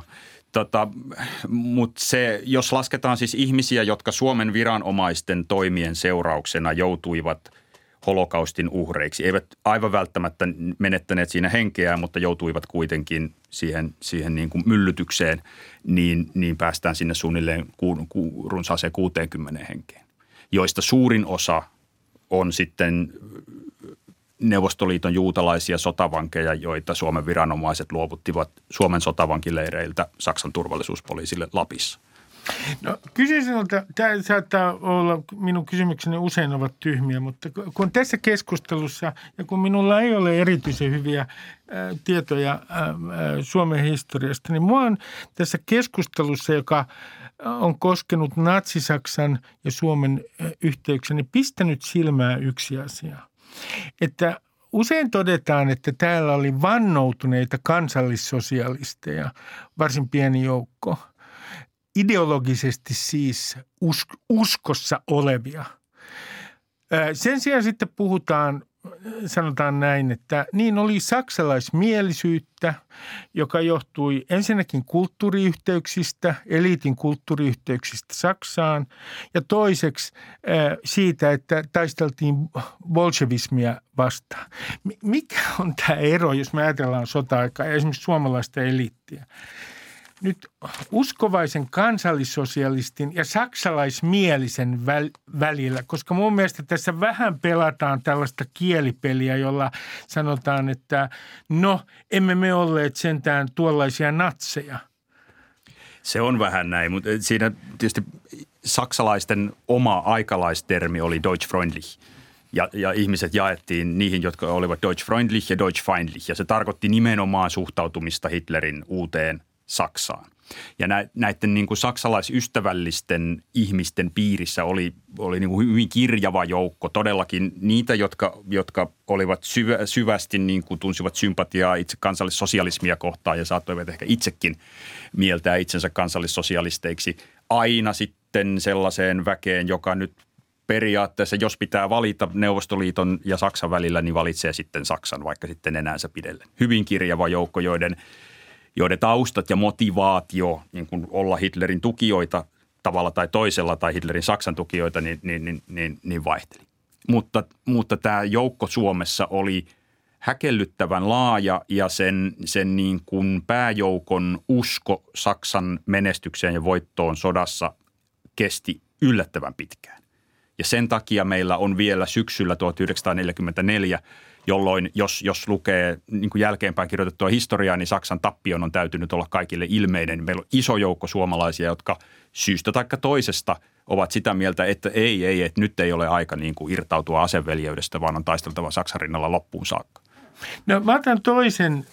Mutta jos lasketaan siis ihmisiä, jotka Suomen viranomaisten toimien seurauksena joutuivat holokaustin uhreiksi, eivät aivan välttämättä menettäneet siinä henkeään, mutta joutuivat kuitenkin siihen niin kuin myllytykseen, niin päästään sinne suunnilleen runsaaseen 60 henkeen, joista suurin osa on sitten Neuvostoliiton juutalaisia sotavankeja, joita Suomen viranomaiset luovuttivat Suomen sotavankileireiltä Saksan turvallisuuspoliisille Lapissa. No kysyisin, tämä saattaa olla, minun kysymykseni usein ovat tyhmiä, mutta kun tässä keskustelussa ja kun minulla ei ole erityisen hyviä tietoja Suomen historiasta, niin minua on tässä keskustelussa, joka on koskenut Natsi-Saksan ja Suomen yhteyksiä, niin pistänyt silmää yksi asia. Että usein todetaan, että täällä oli vannoutuneita kansallissosialisteja, varsin pieni joukko, ideologisesti siis uskossa olevia. Sen sijaan sitten sanotaan näin, että niin oli saksalaismielisyyttä, joka johtui ensinnäkin kulttuuriyhteyksistä, eliitin kulttuuriyhteyksistä Saksaan ja toiseksi siitä, että taisteltiin bolshevismia vastaan. Mikä on tämä ero, jos me ajatellaan sota-aikaa ja esimerkiksi suomalaista eliittiä? Nyt uskovaisen kansallissosialistin ja saksalaismielisen välillä, koska mun mielestä tässä vähän pelataan tällaista kielipeliä, jolla sanotaan, että no emme me olleet sentään tuollaisia natseja. Se on vähän näin, mutta siinä tietysti saksalaisten oma aikalaistermi oli Deutschfreundlich. Ja ihmiset jaettiin niihin, jotka olivat Deutschfreundlich ja Deutschfeindlich. Ja se tarkoitti nimenomaan suhtautumista Hitlerin uuteen Saksaan. Ja näiden niin kuin saksalaisystävällisten ihmisten piirissä oli niin kuin hyvin kirjava joukko. Todellakin niitä, jotka olivat syvästi niin kuin tunsivat sympatiaa itse kansallissosialismia kohtaan ja saattoivat ehkä itsekin mieltää itsensä kansallissosialisteiksi. Aina sitten sellaiseen väkeen, joka nyt periaatteessa, jos pitää valita Neuvostoliiton ja Saksan välillä, niin valitsee sitten Saksan, vaikka sitten enäänsä pidelle. Hyvin kirjava joukko, joiden taustat ja motivaatio niin kuin olla Hitlerin tukijoita tavalla tai toisella tai Hitlerin Saksan tukijoita, niin vaihteli. Mutta tämä joukko Suomessa oli häkellyttävän laaja ja sen niin kuin pääjoukon usko Saksan menestykseen ja voittoon sodassa kesti yllättävän pitkään. Ja sen takia meillä on vielä syksyllä 1944, jolloin jos lukee niin kuin jälkeenpäin kirjoitettua historiaa, niin Saksan tappion on täytynyt olla kaikille ilmeinen. Meillä on iso joukko suomalaisia, jotka syystä tai toisesta ovat sitä mieltä, että että nyt ei ole aika niin kuin irtautua aseveljeydestä, vaan on taisteltava Saksan rinnalla loppuun saakka. No mä otan toisen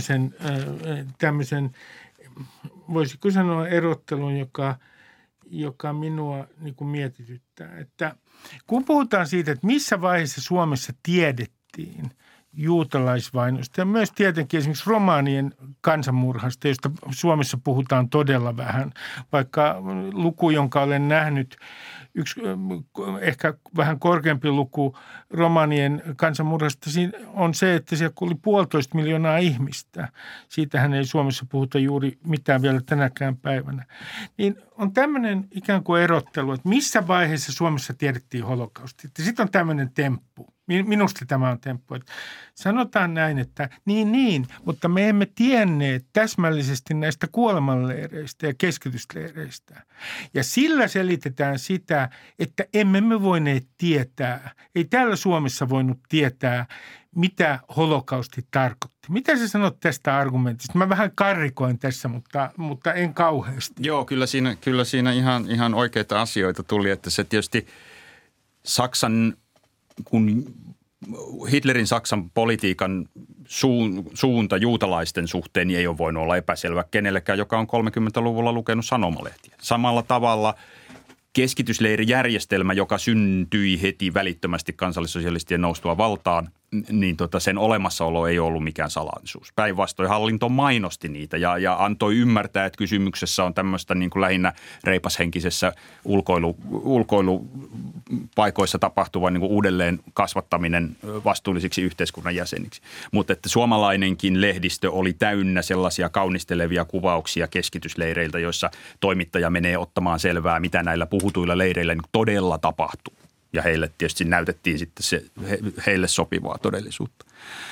tämmöisen voisiko sanoa erottelun, joka minua niin kuin mietityttää. Että kun puhutaan siitä, että missä vaiheessa Suomessa tiedettiin juutalaisvainosta ja myös tietenkin esimerkiksi romaanien kansanmurhasta, josta Suomessa puhutaan todella vähän, vaikka luku, jonka olen nähnyt, yksi ehkä vähän korkeampi luku romaanien kansanmurhasta on se, että siellä oli 1,5 miljoonaa ihmistä. Siitähän ei Suomessa puhuta juuri mitään vielä tänäkään päivänä. Niin on tämmöinen ikään kuin erottelu, että missä vaiheessa Suomessa tiedettiin holokausti. Sitten on tämmöinen temppu. Minusta tämä on temppu, että sanotaan näin, että niin, mutta me emme tienneet täsmällisesti näistä kuolemanleireistä ja keskitysleireistä. Ja sillä selitetään sitä, että emme me voineet tietää, ei täällä Suomessa voinut tietää, mitä holokausti tarkoitti. Mitä sä sanot tästä argumentista? Mä vähän karrikoin tässä, mutta en kauheasti. Joo, kyllä siinä ihan oikeita asioita tuli, että se tietysti Saksan, kun Hitlerin Saksan politiikan suunta juutalaisten suhteen niin ei ole voinut olla epäselvä kenellekään, joka on 30-luvulla lukenut sanomalehtiä. Samalla tavalla keskitysleirijärjestelmä, joka syntyi heti välittömästi kansallissosialistien noustua valtaan, sen olemassaolo ei ollut mikään salaisuus. Päinvastoin hallinto mainosti niitä ja antoi ymmärtää, että kysymyksessä on tämmöistä niin kuin lähinnä reipashenkisessä ulkoilupaikoissa tapahtuva niin kuin uudelleen kasvattaminen vastuullisiksi yhteiskunnan jäseniksi. Mutta että suomalainenkin lehdistö oli täynnä sellaisia kaunistelevia kuvauksia keskitysleireiltä, joissa toimittaja menee ottamaan selvää, mitä näillä puhutuilla leireillä niin todella tapahtuu. Ja heille tietysti näytettiin sitten se heille sopivaa todellisuutta.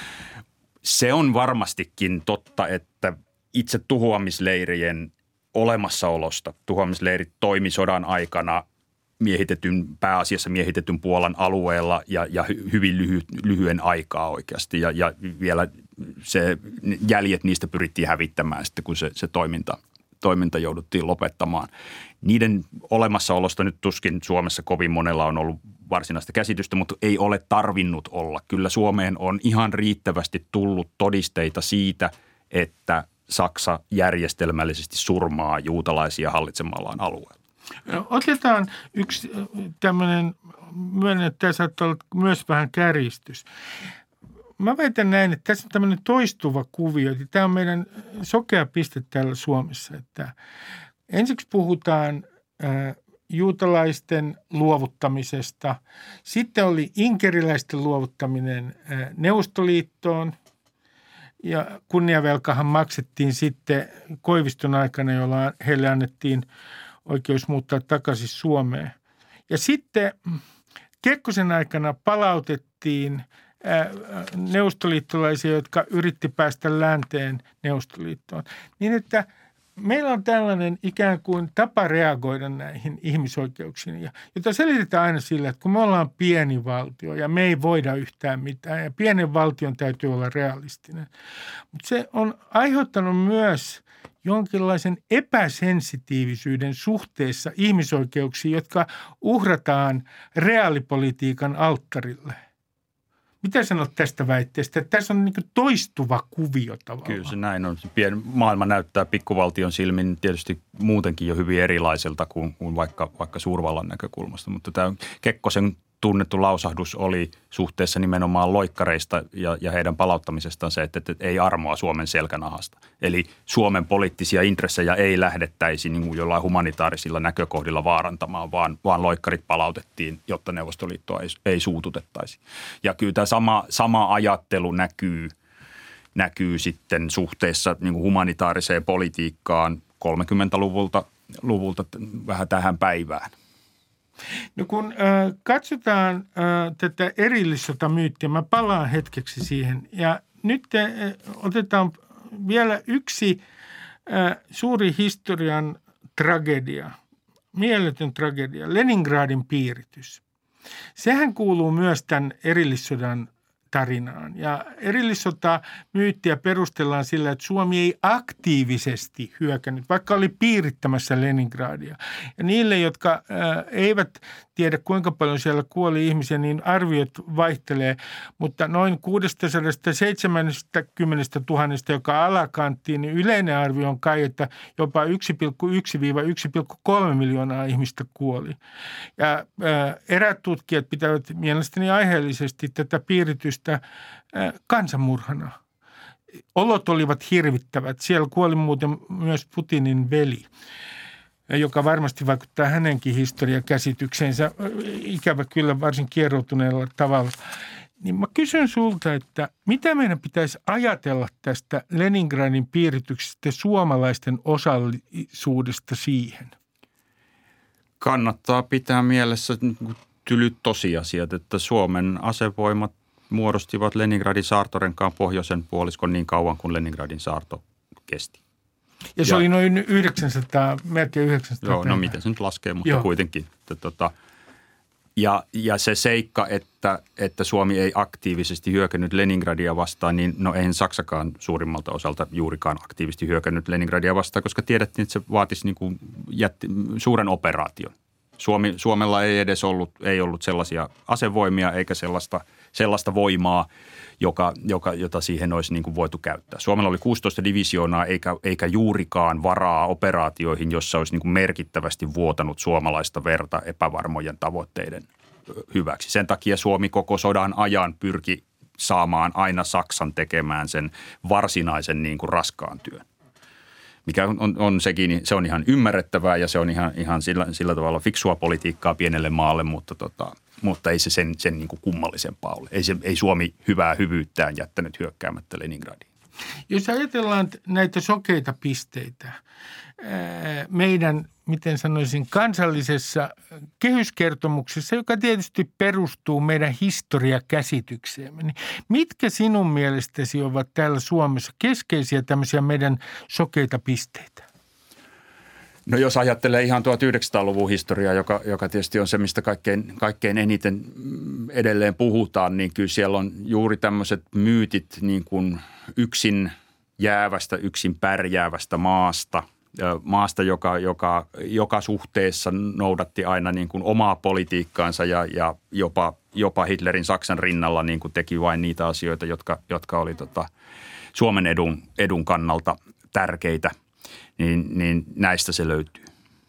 Se on varmastikin totta, että itse tuhoamisleirien olemassaolosta, tuhoamisleirit toimi sodan aikana pääasiassa miehitetyn Puolan alueella ja hyvin lyhyen aikaa oikeasti. Ja vielä se jäljet niistä pyrittiin hävittämään sitten, kun se toiminta jouduttiin lopettamaan. Niiden olemassaolosta nyt tuskin Suomessa kovin monella on ollut varsinaista käsitystä, mutta ei ole tarvinnut olla. Kyllä Suomeen on ihan riittävästi tullut todisteita siitä, että Saksa järjestelmällisesti surmaa juutalaisia hallitsemallaan alueella. Otetaan yksi tämmöinen, myönnän, että tämä saattaa olla myös vähän kärjistys. Mä väitän näin, että tässä on tämmöinen toistuva kuvio. Tämä on meidän sokea piste täällä Suomessa, että ensiksi puhutaan juutalaisten luovuttamisesta. Sitten oli inkeriläisten luovuttaminen Neuvostoliittoon ja kunniavelkahan maksettiin sitten Koiviston aikana, jolla heille annettiin oikeus muuttaa takaisin Suomeen. Ja sitten Kekkosen aikana palautettiin neuvostoliittolaisia, jotka yritti päästä länteen Neuvostoliittoon. Niin että meillä on tällainen ikään kuin tapa reagoida näihin ihmisoikeuksiin, jota selitetään aina sillä, että kun me ollaan pieni valtio ja me ei voida yhtään mitään ja pienen valtion täytyy olla realistinen. Mutta se on aiheuttanut myös jonkinlaisen epäsensitiivisyyden suhteessa ihmisoikeuksiin, jotka uhrataan reaalipolitiikan alttarille. Mitä sanot tästä väitteestä? Tässä on niin kuin toistuva kuvio tavallaan. Kyllä se näin on. Maailma näyttää pikkuvaltion silmin tietysti muutenkin jo hyvin erilaiselta kuin vaikka suurvallan näkökulmasta. Mutta tämä Kekkosen tunnettu lausahdus oli suhteessa nimenomaan loikkareista ja heidän palauttamisestaan se, että ei armoa Suomen selkänahasta. Eli Suomen poliittisia intressejä ei lähdettäisi niin kuin jollain humanitaarisilla näkökohdilla vaarantamaan, vaan loikkarit palautettiin, jotta Neuvostoliittoa ei suututettaisi. Ja kyllä tämä sama ajattelu näkyy sitten suhteessa niin kuin humanitaariseen politiikkaan 30-luvulta vähän tähän päivään. No kun katsotaan tätä erillissotamyyttiä, mä palaan hetkeksi siihen. Ja nyt otetaan vielä yksi suuri historian tragedia, mieletön tragedia, Leningradin piiritys. Sehän kuuluu myös tämän erillissodan tarinaan. Ja erillissota-myyttiä perustellaan sillä, että Suomi ei aktiivisesti hyökännyt, vaikka oli piirittämässä Leningradia. Ja niille, jotka eivät tiedä, kuinka paljon siellä kuoli ihmisiä, niin arviot vaihtelee. Mutta noin 670 000, joka alakanttiin, niin yleinen arvio on kai, että jopa 1,1–1,3 miljoonaa ihmistä kuoli. Ja eräät tutkijat pitävät mielestäni aiheellisesti tätä piiritystä kansanmurhana. Olot olivat hirvittävät. Siellä kuoli muuten myös Putinin veli, joka varmasti vaikuttaa hänenkin historiakäsitykseensä ikävä kyllä varsin kieroutuneella tavalla. Niin mä kysyn sulta, että mitä meidän pitäisi ajatella tästä Leningradin piirityksestä ja suomalaisten osallisuudesta siihen? Kannattaa pitää mielessä tylyt tosiasiat, että Suomen asevoimat muodostivat Leningradin saartorenkaan pohjoisen puoliskon niin kauan kuin Leningradin saarto kesti. Ja se oli noin 900, melkein 900 Joo, no miten se nyt laskee, mutta kuitenkin. Ja se seikka, että Suomi ei aktiivisesti hyökännyt Leningradia vastaan, niin no eihän Saksakaan suurimmalta osalta juurikaan aktiivisesti hyökännyt Leningradia vastaan, koska tiedettiin, että se vaatisi niin kuin suuren operaation. Suomella ei edes ollut sellaisia asevoimia eikä sellaista voimaa, jota siihen olisi niin kuin voitu käyttää. Suomella oli 16 divisioonaa eikä juurikaan varaa operaatioihin, jossa olisi niin kuin merkittävästi vuotanut suomalaista verta epävarmojen tavoitteiden hyväksi. Sen takia Suomi koko sodan ajan pyrki saamaan aina Saksan tekemään sen varsinaisen niin kuin raskaan työn. Mikä on sekin, se on ihan ymmärrettävää ja se on ihan sillä tavalla fiksua politiikkaa pienelle maalle, mutta ei se sen niin kuin kummallisempaa ole. Ei Suomi hyvää hyvyyttään jättänyt hyökkäämättä Leningradiin. Jos ajatellaan näitä sokeita pisteitä meidän, miten sanoisin, kansallisessa kehyskertomuksessa, joka tietysti perustuu meidän historiakäsitykseemme, niin mitkä sinun mielestäsi ovat täällä Suomessa keskeisiä tämmöisiä meidän sokeita pisteitä? No jos ajattelee ihan 1900-luvun historiaa, joka tietysti on se, mistä kaikkein eniten edelleen puhutaan, niin kyllä siellä on juuri tämmöiset myytit niin kuin yksin jäävästä, yksin pärjäävästä maasta, joka suhteessa noudatti aina niin kuin omaa politiikkaansa ja jopa Hitlerin Saksan rinnalla niin kuin teki vain niitä asioita, jotka oli Suomen edun kannalta tärkeitä. Niin näistä se löytyy.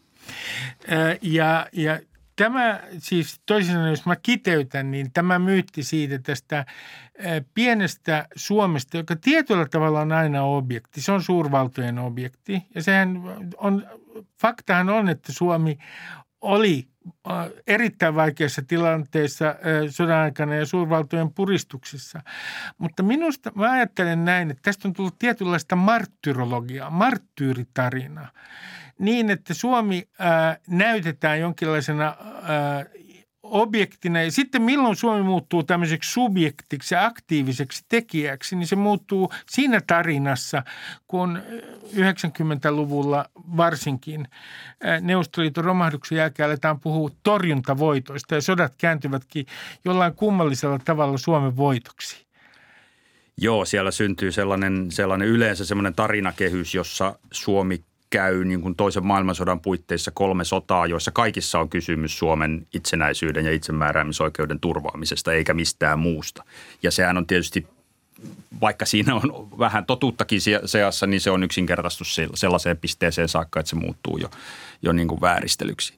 Ja tämä siis toisin sanoen, jos mä kiteytän, niin tämä myytti siitä tästä pienestä Suomesta, joka tietyllä tavalla on aina objekti. Se on suurvaltojen objekti ja sehän on, faktahan on, että Suomi oli erittäin vaikeassa tilanteessa sodan aikana ja suurvaltojen puristuksessa. Mutta mä ajattelen näin, että tästä on tullut tietynlaista marttyrologiaa, marttyyritarinaa. Niin, että Suomi näytetään jonkinlaisena objektina ja sitten milloin Suomi muuttuu tämmöiseksi subjektiksi ja aktiiviseksi tekijäksi, niin se muuttuu siinä tarinassa, kun 90-luvulla varsinkin Neuvostoliiton romahduksen jälkeen aletaan puhua torjuntavoitoista ja sodat kääntyvätkin jollain kummallisella tavalla Suomen voitoksi. Joo, siellä syntyy sellainen yleensä semmoinen tarinakehys, jossa Suomi käy niin kuin toisen maailmansodan puitteissa 3 sotaa, joissa kaikissa on kysymys Suomen itsenäisyyden ja itsemääräämisoikeuden turvaamisesta eikä mistään muusta. Ja sehän on tietysti, vaikka siinä on vähän totuuttakin seassa, niin se on yksinkertaistus sellaiseen pisteeseen saakka, että se muuttuu jo niin kuin vääristelyksi.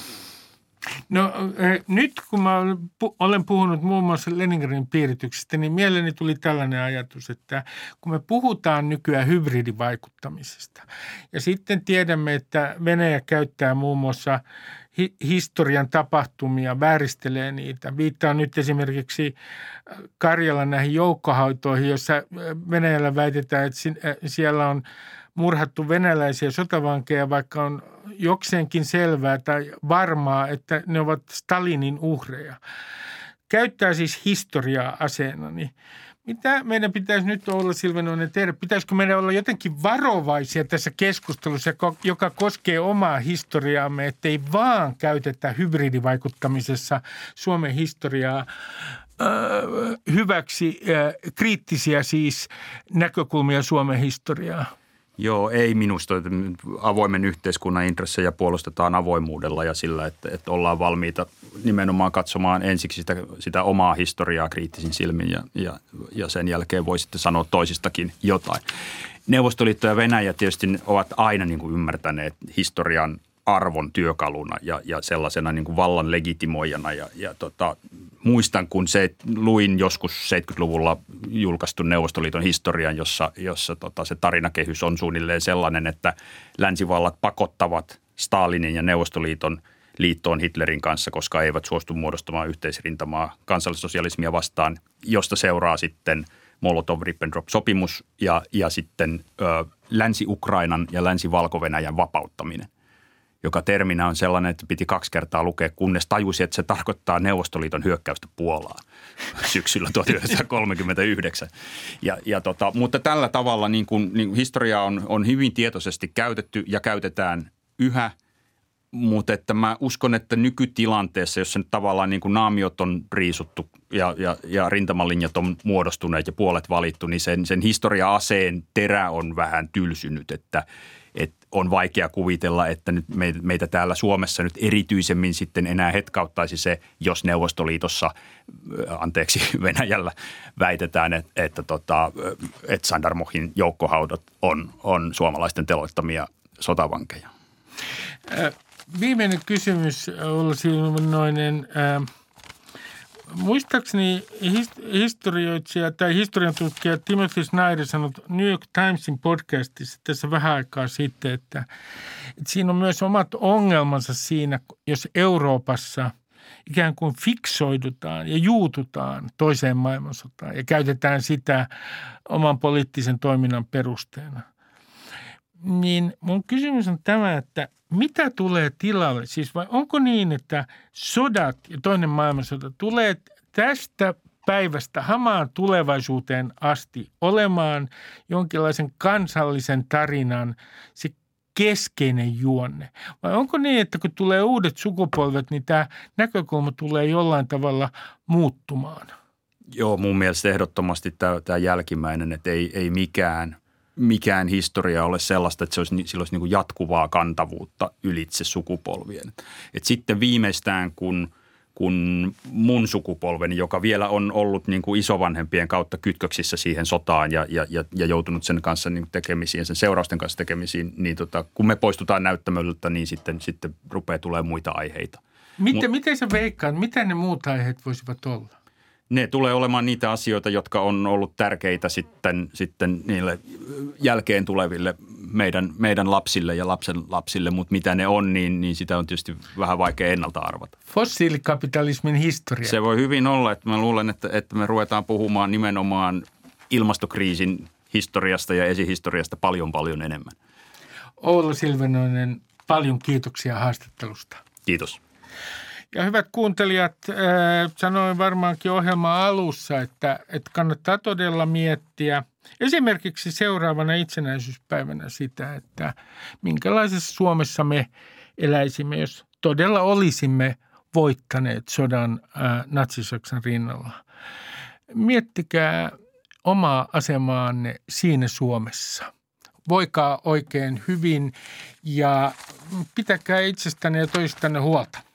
No nyt kun mä olen puhunut muun muassa Leningradin piirityksestä, niin mieleeni tuli tällainen ajatus, että kun me puhutaan nykyään hybridivaikuttamisesta ja sitten tiedämme, että Venäjä käyttää muun muassa historian tapahtumia, vääristelee niitä. Viittaan nyt esimerkiksi Karjalan näihin joukkohautoihin, jossa Venäjällä väitetään, että siellä on murhattu venäläisiä sotavankeja, vaikka on jokseenkin selvää tai varmaa, että ne ovat Stalinin uhreja. Käyttää siis historiaa aseena. Niin mitä meidän pitäisi nyt olla, Silvenoinen, tehdä? Pitäisikö meidän olla jotenkin varovaisia tässä keskustelussa, joka koskee omaa historiaamme, ettei vaan käytetä hybridivaikuttamisessa Suomen historiaa hyväksi, kriittisiä siis näkökulmia Suomen historiaa? Joo, ei minusta. Avoimen yhteiskunnan intressejä puolustetaan avoimuudella ja sillä, että ollaan valmiita nimenomaan katsomaan ensiksi sitä omaa historiaa kriittisin silmin ja sen jälkeen voi sitten sanoa toisistakin jotain. Neuvostoliitto ja Venäjä tietysti ovat aina niin kuin ymmärtäneet historian arvon työkaluna ja sellaisena niin kuin vallan legitimoijana muistan, kun luin joskus 70-luvulla julkaistun Neuvostoliiton historian, jossa se tarinakehys on suunnilleen sellainen, että länsivallat pakottavat Stalinin ja Neuvostoliiton liittoon Hitlerin kanssa, koska eivät suostu muodostamaan yhteisrintamaa kansallissosialismia vastaan, josta seuraa sitten Molotov-Ribbentrop-sopimus ja sitten Länsi-Ukrainan ja Länsi-Valko-Venäjän vapauttaminen, joka terminä on sellainen, että piti 2 kertaa lukea, kunnes tajusi, että se tarkoittaa Neuvostoliiton hyökkäystä Puolaan syksyllä 1939. Mutta tällä tavalla niin kuin historiaa on hyvin tietoisesti käytetty ja käytetään yhä, mutta että mä uskon, että nykytilanteessa, jossa nyt tavallaan niin kuin naamiot on riisuttu ja rintamalinjat on muodostuneet ja puolet valittu, niin sen historia-aseen terä on vähän tylsynyt, että on vaikea kuvitella, että nyt meitä täällä Suomessa nyt erityisemmin sitten enää hetkauttaisi se, jos Venäjällä väitetään, että Sandarmohin joukkohaudat on suomalaisten teloittamia sotavankeja. Viimeinen kysymys, Olla Silvenoinen. muistaakseni historioitsija tai historiantutkija Timothy Snyder sanoi New York Timesin podcastissa tässä vähän aikaa sitten, että siinä on myös omat ongelmansa siinä, jos Euroopassa ikään kuin fiksoidutaan ja juututaan toiseen maailmansotaan ja käytetään sitä oman poliittisen toiminnan perusteena. Niin mun kysymys on tämä, että mitä tulee tilalle? Siis vai onko niin, että sodat ja toinen maailmansota tulee tästä päivästä hamaan tulevaisuuteen asti olemaan jonkinlaisen kansallisen tarinan se keskeinen juonne? Vai onko niin, että kun tulee uudet sukupolvet, niin tämä näkökulma tulee jollain tavalla muuttumaan? Joo, mun mielestä ehdottomasti tämä jälkimmäinen, että ei mikään historia ole sellaista, että sillä olisi niin kuin jatkuvaa kantavuutta ylitse sukupolvien. Et sitten viimeistään, kun mun sukupolveni, joka vielä on ollut niin kuin isovanhempien kautta kytköksissä siihen sotaan ja joutunut sen kanssa niin tekemisiin, sen seurausten kanssa tekemisiin, niin kun me poistutaan näyttämöltä, niin sitten rupeaa tulemaan muita aiheita. Miten sä veikkaat, mitä ne muut aiheet voisivat olla? Ne tulee olemaan niitä asioita, jotka on ollut tärkeitä sitten niille jälkeen tuleville meidän lapsille ja lapsen lapsille, mutta mitä ne on, niin sitä on tietysti vähän vaikea ennalta arvata. Fossiilikapitalismin historia. Se voi hyvin olla, että mä luulen, että me ruvetaan puhumaan nimenomaan ilmastokriisin historiasta ja esihistoriasta paljon enemmän. Oula Silvenoinen, paljon kiitoksia haastattelusta. Kiitos. Ja hyvät kuuntelijat, sanoin varmaankin ohjelman alussa, että kannattaa todella miettiä esimerkiksi seuraavana itsenäisyyspäivänä sitä, että minkälaisessa Suomessa me eläisimme, jos todella olisimme voittaneet sodan Natsi-Saksan rinnalla. Miettikää omaa asemaanne siinä Suomessa. Voikaa oikein hyvin ja pitäkää itsestänne ja toistanne huolta.